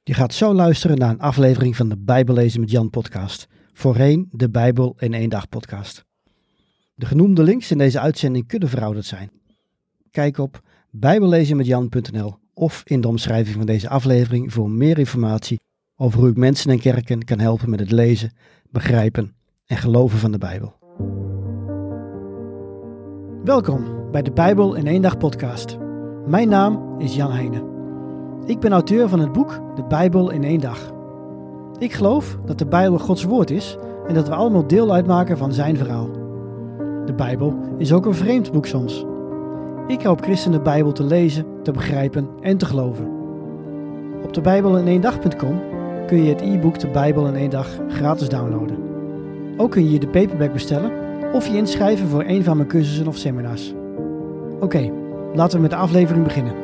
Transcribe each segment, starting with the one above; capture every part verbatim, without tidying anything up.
Je gaat zo luisteren naar een aflevering van de Bijbellezen met Jan podcast. Voorheen de Bijbel in één dag podcast. De genoemde links in deze uitzending kunnen verouderd zijn. Kijk op bijbellezenmetjan punt n l of in de omschrijving van deze aflevering voor meer informatie over hoe ik mensen en kerken kan helpen met het lezen, begrijpen en geloven van de Bijbel. Welkom bij de Bijbel in één dag podcast. Mijn naam is Jan Heijnen. Ik ben auteur van het boek De Bijbel in één dag. Ik geloof dat de Bijbel Gods woord is en dat we allemaal deel uitmaken van zijn verhaal. De Bijbel is ook een vreemd boek soms. Ik help christenen de Bijbel te lezen, te begrijpen en te geloven. Op de bijbel in één dag punt com kun je het e-book De Bijbel in één dag gratis downloaden. Ook kun je de paperback bestellen of je inschrijven voor een van mijn cursussen of seminars. Oké, okay, laten we met de aflevering beginnen.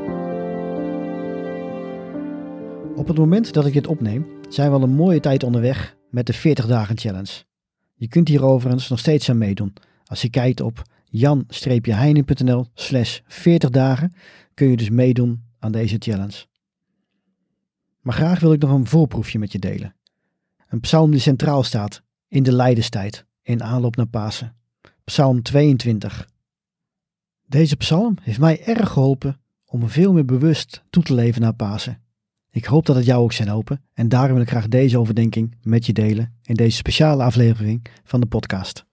Op het moment dat ik dit opneem, zijn we al een mooie tijd onderweg met de veertig dagen challenge. Je kunt hier overigens nog steeds aan meedoen. Als je kijkt op jan-heijnen punt n l slash veertig dagen kun je dus meedoen aan deze challenge. Maar graag wil ik nog een voorproefje met je delen. Een psalm die centraal staat in de lijdenstijd in aanloop naar Pasen. Psalm tweeëntwintig. Deze psalm heeft mij erg geholpen om veel meer bewust toe te leven naar Pasen. Ik hoop dat het jou ook zal helpen en daarom wil ik graag deze overdenking met je delen in deze speciale aflevering van de podcast.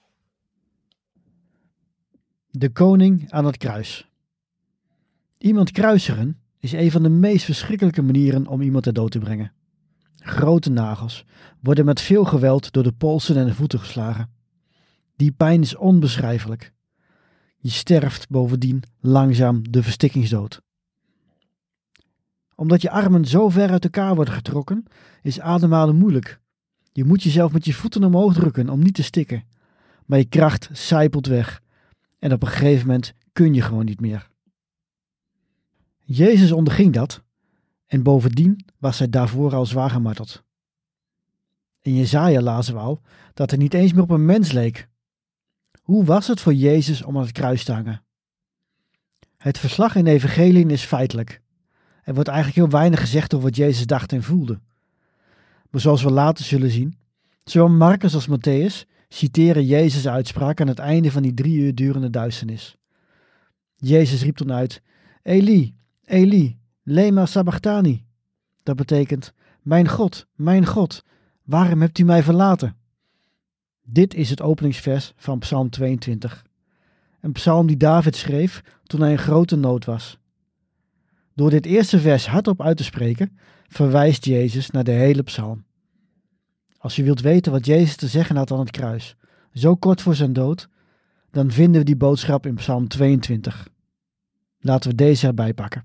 De koning aan het kruis. Iemand kruisigen is een van de meest verschrikkelijke manieren om iemand ter dood te brengen. Grote nagels worden met veel geweld door de polsen en de voeten geslagen. Die pijn is onbeschrijfelijk. Je sterft bovendien langzaam de verstikkingsdood. Omdat je armen zo ver uit elkaar worden getrokken, is ademhalen moeilijk. Je moet jezelf met je voeten omhoog drukken om niet te stikken. Maar je kracht sijpelt weg en op een gegeven moment kun je gewoon niet meer. Jezus onderging dat en bovendien was hij daarvoor al zwaar gemarteld. In Jesaja lazen we al dat hij niet eens meer op een mens leek. Hoe was het voor Jezus om aan het kruis te hangen? Het verslag in de evangeliën is feitelijk. Er wordt eigenlijk heel weinig gezegd over wat Jezus dacht en voelde. Maar zoals we later zullen zien, zowel Marcus als Matthäus citeren Jezus' uitspraak aan het einde van die drie uur durende duisternis. Jezus riep toen uit, Eli, Eli, lema sabachthani. Dat betekent, mijn God, mijn God, waarom hebt u mij verlaten? Dit is het openingsvers van Psalm tweeëntwintig. Een psalm die David schreef toen hij in grote nood was. Door dit eerste vers hardop uit te spreken, verwijst Jezus naar de hele psalm. Als je wilt weten wat Jezus te zeggen had aan het kruis, zo kort voor zijn dood, dan vinden we die boodschap in Psalm tweeëntwintig. Laten we deze erbij pakken.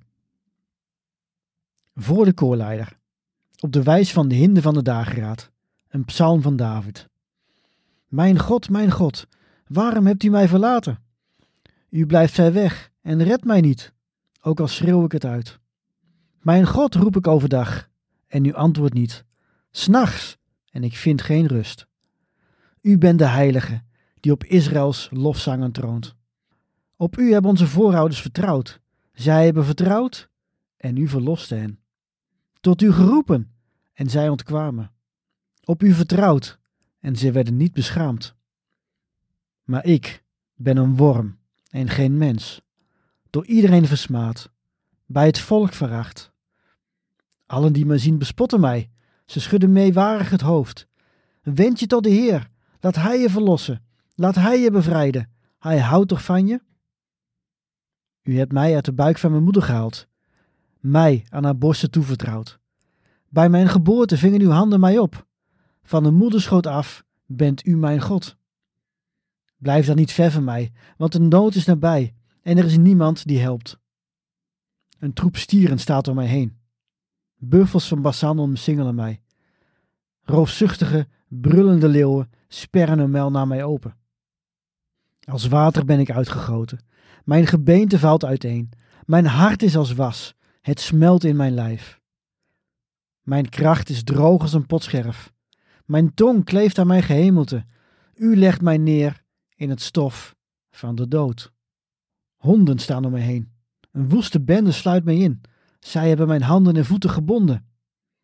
Voor de koorleider, op de wijs van de hinde van de dageraad, een psalm van David. Mijn God, mijn God, waarom hebt u mij verlaten? U blijft ver weg en redt mij niet. Ook al schreeuw ik het uit. Mijn God roep ik overdag, en u antwoordt niet. 'S Nachts, en ik vind geen rust. U bent de Heilige, die op Israëls lofzangen troont. Op u hebben onze voorouders vertrouwd. Zij hebben vertrouwd, en u verloste hen. Tot u geroepen, en zij ontkwamen. Op u vertrouwd, en zij werden niet beschaamd. Maar ik ben een worm, en geen mens. Door iedereen versmaad, bij het volk veracht. Allen die me zien bespotten mij, ze schudden meewarig het hoofd. Wend je tot de Heer, laat Hij je verlossen, laat Hij je bevrijden, Hij houdt toch van je? U hebt mij uit de buik van mijn moeder gehaald, mij aan haar borsten toevertrouwd. Bij mijn geboorte vingen uw handen mij op, van de moederschoot af bent u mijn God. Blijf dan niet ver van mij, want de nood is nabij. En er is niemand die helpt. Een troep stieren staat om mij heen. Buffels van Basan omsingelen mij. Roofzuchtige, brullende leeuwen sperren hun muil naar mij open. Als water ben ik uitgegoten. Mijn gebeente valt uiteen. Mijn hart is als was. Het smelt in mijn lijf. Mijn kracht is droog als een potscherf. Mijn tong kleeft aan mijn gehemelte. U legt mij neer in het stof van de dood. Honden staan om mij heen. Een woeste bende sluit mij in. Zij hebben mijn handen en voeten gebonden.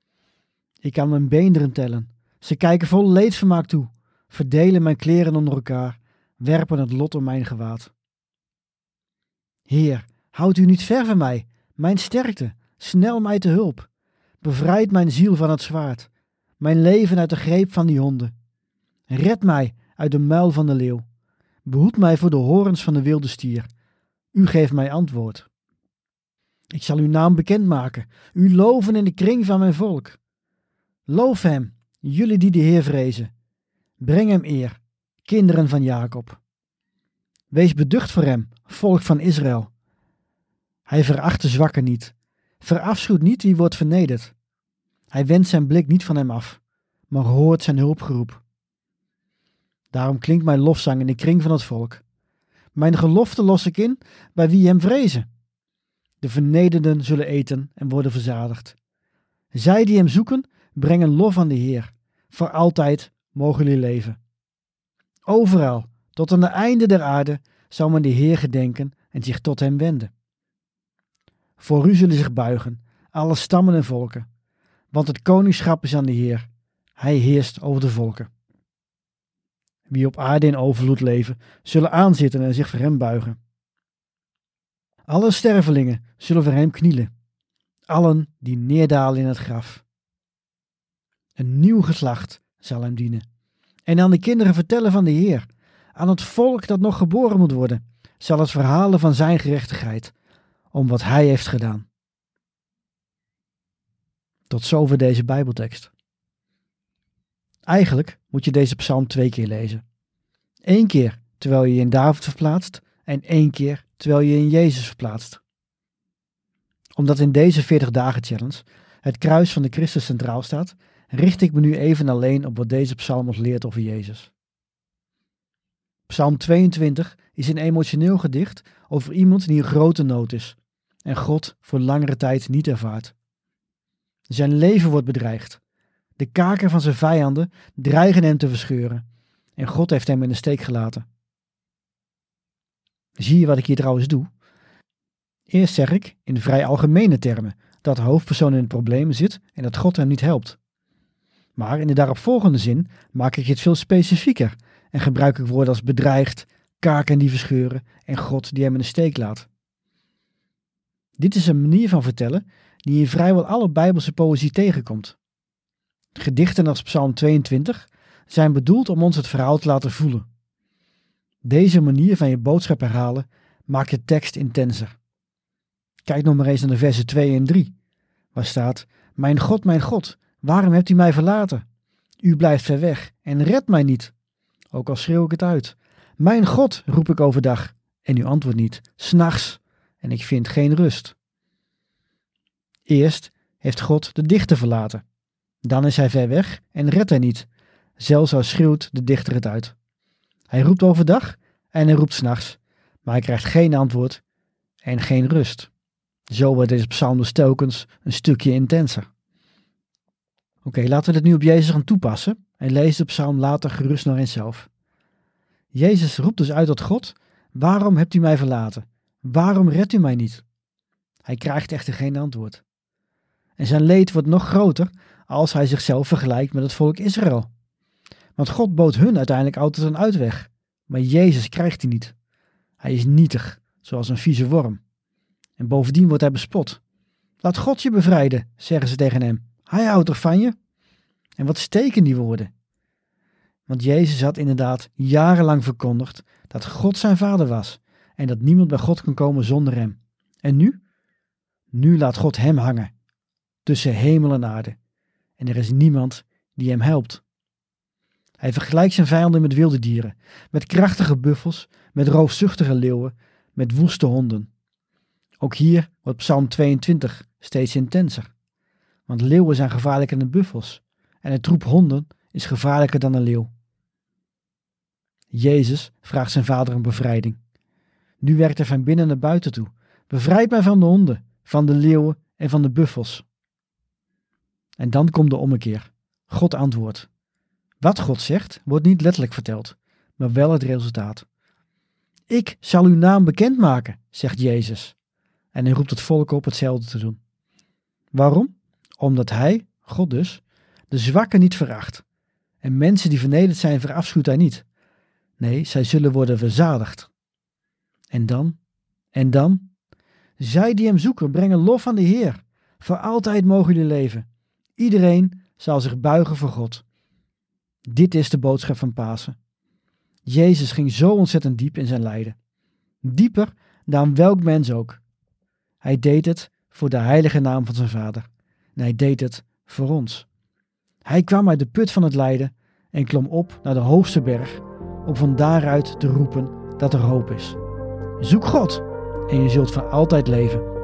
Ik kan mijn beenderen tellen. Ze kijken vol leedvermaak toe, verdelen mijn kleren onder elkaar, werpen het lot om mijn gewaad. Heer, houd u niet ver van mij, mijn sterkte, snel mij te hulp. Bevrijd mijn ziel van het zwaard, mijn leven uit de greep van die honden. Red mij uit de muil van de leeuw. Behoed mij voor de horens van de wilde stier. U geeft mij antwoord. Ik zal uw naam bekendmaken, u loven in de kring van mijn volk. Loof hem, jullie die de Heer vrezen. Breng hem eer, kinderen van Jacob. Wees beducht voor hem, volk van Israël. Hij veracht de zwakken niet, verafschuwt niet wie wordt vernederd. Hij wendt zijn blik niet van hem af, maar hoort zijn hulpgeroep. Daarom klinkt mijn lofzang in de kring van het volk. Mijn gelofte los ik in bij wie hem vrezen. De vernederden zullen eten en worden verzadigd. Zij die hem zoeken, brengen lof aan de Heer. Voor altijd mogen jullie leven. Overal, tot aan de einde der aarde, zal men de Heer gedenken en zich tot hem wenden. Voor u zullen zich buigen, alle stammen en volken. Want het koningschap is aan de Heer. Hij heerst over de volken. Wie op aarde in overvloed leven, zullen aanzitten en zich voor hem buigen. Alle stervelingen zullen voor hem knielen. Allen die neerdalen in het graf. Een nieuw geslacht zal hem dienen. En aan de kinderen vertellen van de Heer. Aan het volk dat nog geboren moet worden, zal het verhalen van zijn gerechtigheid, om wat hij heeft gedaan. Tot zover deze Bijbeltekst. Eigenlijk moet je deze psalm twee keer lezen. Eén keer terwijl je je in David verplaatst en één keer terwijl je je in Jezus verplaatst. Omdat in deze veertig dagen challenge het kruis van de Christus centraal staat, richt ik me nu even alleen op wat deze psalm ons leert over Jezus. Psalm tweeëntwintig is een emotioneel gedicht over iemand die in grote nood is en God voor langere tijd niet ervaart. Zijn leven wordt bedreigd. De kaken van zijn vijanden dreigen hem te verscheuren en God heeft hem in de steek gelaten. Zie je wat ik hier trouwens doe? Eerst zeg ik, in vrij algemene termen, dat de hoofdpersoon in het probleem zit en dat God hem niet helpt. Maar in de daaropvolgende zin maak ik het veel specifieker en gebruik ik woorden als bedreigd, kaken die verscheuren en God die hem in de steek laat. Dit is een manier van vertellen die je in vrijwel alle Bijbelse poëzie tegenkomt. Gedichten als Psalm tweeëntwintig zijn bedoeld om ons het verhaal te laten voelen. Deze manier van je boodschap herhalen maakt de tekst intenser. Kijk nog maar eens naar de versen twee en drie, waar staat: Mijn God, mijn God, waarom hebt u mij verlaten? U blijft ver weg en redt mij niet. Ook al schreeuw ik het uit. Mijn God, roep ik overdag, en u antwoordt niet. 's Nachts, en ik vind geen rust. Eerst heeft God de dichter verlaten. Dan is hij ver weg en redt hij niet. Zelfs al schreeuwt de dichter het uit. Hij roept overdag en hij roept 's nachts, maar hij krijgt geen antwoord en geen rust. Zo wordt deze psalm dus telkens een stukje intenser. Oké, okay, laten we dit nu op Jezus gaan toepassen en lees de psalm later gerust nog eens zelf. Jezus roept dus uit tot God: waarom hebt u mij verlaten? Waarom redt u mij niet? Hij krijgt echter geen antwoord. En zijn leed wordt nog groter als hij zichzelf vergelijkt met het volk Israël. Want God bood hun uiteindelijk altijd een uitweg, maar Jezus krijgt die niet. Hij is nietig, zoals een vieze worm. En bovendien wordt hij bespot. Laat God je bevrijden, zeggen ze tegen hem. Hij houdt toch van je? En wat steken die woorden? Want Jezus had inderdaad jarenlang verkondigd dat God zijn vader was en dat niemand bij God kon komen zonder hem. En nu? Nu laat God hem hangen, tussen hemel en aarde. En er is niemand die hem helpt. Hij vergelijkt zijn vijanden met wilde dieren, met krachtige buffels, met roofzuchtige leeuwen, met woeste honden. Ook hier wordt Psalm tweeëntwintig steeds intenser. Want leeuwen zijn gevaarlijker dan buffels en een troep honden is gevaarlijker dan een leeuw. Jezus vraagt zijn vader om bevrijding. Nu werkt hij van binnen naar buiten toe. Bevrijd mij van de honden, van de leeuwen en van de buffels. En dan komt de ommekeer. God antwoordt. Wat God zegt, wordt niet letterlijk verteld, maar wel het resultaat. Ik zal uw naam bekendmaken, zegt Jezus. En hij roept het volk op hetzelfde te doen. Waarom? Omdat hij, God dus, de zwakken niet veracht. En mensen die vernederd zijn verafschuwt hij niet. Nee, zij zullen worden verzadigd. En dan? En dan? Zij die hem zoeken, brengen lof aan de Heer. Voor altijd mogen jullie leven. Iedereen zal zich buigen voor God. Dit is de boodschap van Pasen. Jezus ging zo ontzettend diep in zijn lijden. Dieper dan welk mens ook. Hij deed het voor de heilige naam van zijn Vader. En hij deed het voor ons. Hij kwam uit de put van het lijden en klom op naar de hoogste berg om van daaruit te roepen dat er hoop is. Zoek God en je zult voor altijd leven.